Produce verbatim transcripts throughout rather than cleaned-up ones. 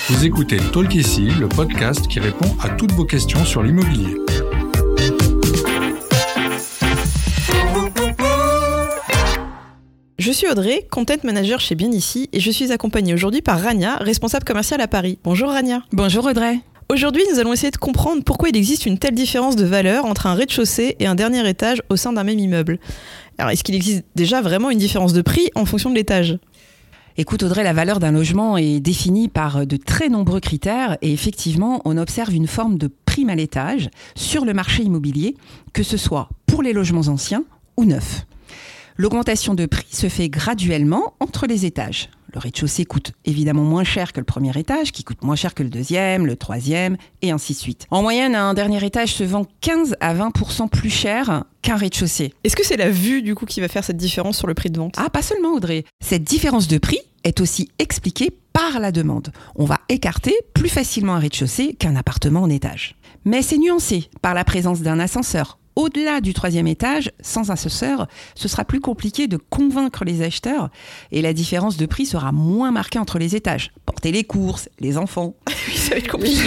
Vous écoutez Talk ici, le podcast qui répond à toutes vos questions sur l'immobilier. Je suis Audrey, content manager chez Bien Ici, et je suis accompagnée aujourd'hui par Rania, responsable commerciale à Paris. Bonjour Rania. Bonjour Audrey. Aujourd'hui, nous allons essayer de comprendre pourquoi il existe une telle différence de valeur entre un rez-de-chaussée et un dernier étage au sein d'un même immeuble. Alors, est-ce qu'il existe déjà vraiment une différence de prix en fonction de l'étage ? Écoute Audrey, la valeur d'un logement est définie par de très nombreux critères et effectivement, on observe une forme de prime à l'étage sur le marché immobilier, que ce soit pour les logements anciens ou neufs. L'augmentation de prix se fait graduellement entre les étages. Le rez-de-chaussée coûte évidemment moins cher que le premier étage, qui coûte moins cher que le deuxième, le troisième, et ainsi de suite. En moyenne, un dernier étage se vend quinze à vingt pour cent plus cher qu'un rez-de-chaussée. Est-ce que c'est la vue du coup qui va faire cette différence sur le prix de vente ? Ah, pas seulement Audrey. Cette différence de prix est aussi expliquée par la demande. On va écarter plus facilement un rez-de-chaussée qu'un appartement en étage. Mais c'est nuancé par la présence d'un ascenseur. Au-delà du troisième étage, sans ascenseur, ce sera plus compliqué de convaincre les acheteurs et la différence de prix sera moins marquée entre les étages. Porter les courses, les enfants. Oui, ça va être compliqué.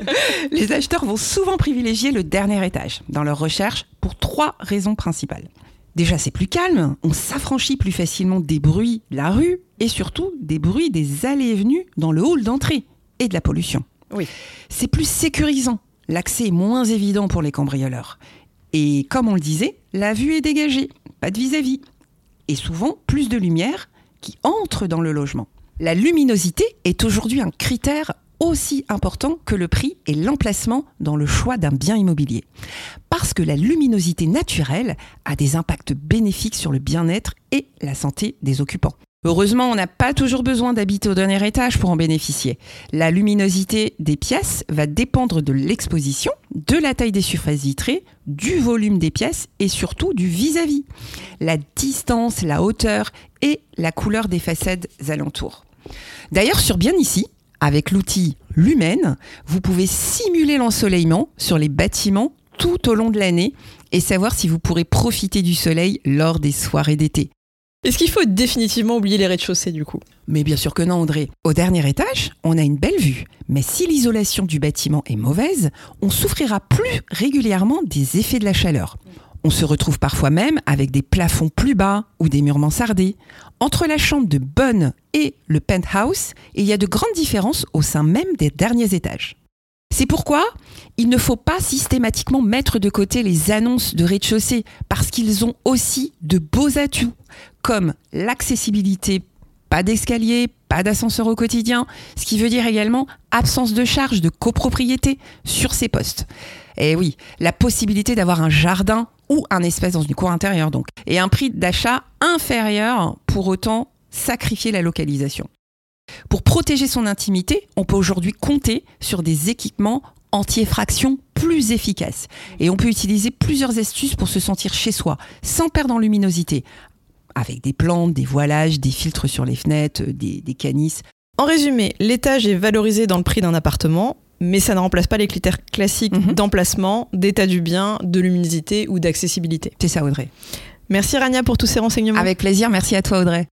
Les acheteurs vont souvent privilégier le dernier étage dans leur recherche pour trois raisons principales. Déjà, c'est plus calme, on s'affranchit plus facilement des bruits de la rue et surtout des bruits des allées et venues dans le hall d'entrée et de la pollution. Oui. C'est plus sécurisant, l'accès est moins évident pour les cambrioleurs. Et comme on le disait, la vue est dégagée, pas de vis-à-vis. Et souvent, plus de lumière qui entre dans le logement. La luminosité est aujourd'hui un critère aussi important que le prix et l'emplacement dans le choix d'un bien immobilier. Parce que la luminosité naturelle a des impacts bénéfiques sur le bien-être et la santé des occupants. Heureusement, on n'a pas toujours besoin d'habiter au dernier étage pour en bénéficier. La luminosité des pièces va dépendre de l'exposition, de la taille des surfaces vitrées, du volume des pièces et surtout du vis-à-vis. La distance, la hauteur et la couleur des façades alentours. D'ailleurs, sur Bien Ici, avec l'outil Lumen, vous pouvez simuler l'ensoleillement sur les bâtiments tout au long de l'année et savoir si vous pourrez profiter du soleil lors des soirées d'été. Est-ce qu'il faut définitivement oublier les rez-de-chaussée du coup ? Mais bien sûr que non, Audrey. Au dernier étage, on a une belle vue. Mais si l'isolation du bâtiment est mauvaise, on souffrira plus régulièrement des effets de la chaleur. On se retrouve parfois même avec des plafonds plus bas ou des murs mansardés. Entre la chambre de bonne et le penthouse, il y a de grandes différences au sein même des derniers étages. C'est pourquoi il ne faut pas systématiquement mettre de côté les annonces de rez-de-chaussée parce qu'ils ont aussi de beaux atouts comme l'accessibilité, pas d'escalier, pas d'ascenseur au quotidien, ce qui veut dire également absence de charge de copropriété sur ces postes. Et oui, la possibilité d'avoir un jardin ou un espace dans une cour intérieure donc, et un prix d'achat inférieur pour autant sacrifier la localisation. Pour protéger son intimité, on peut aujourd'hui compter sur des équipements anti-effraction plus efficaces. Et on peut utiliser plusieurs astuces pour se sentir chez soi, sans perdre en luminosité, avec des plantes, des voilages, des filtres sur les fenêtres, des, des canisses. En résumé, l'étage est valorisé dans le prix d'un appartement, mais ça ne remplace pas les critères classiques mmh. d'emplacement, d'état du bien, de luminosité ou d'accessibilité. C'est ça Audrey. Merci Rania pour tous ces renseignements. Avec plaisir, merci à toi Audrey.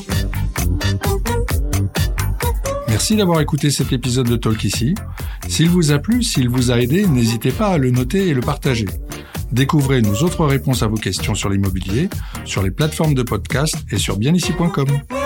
Merci d'avoir écouté cet épisode de Talk ici. S'il vous a plu, s'il vous a aidé, n'hésitez pas à le noter et le partager. Découvrez nos autres réponses à vos questions sur l'immobilier, sur les plateformes de podcast et sur bien ici point com.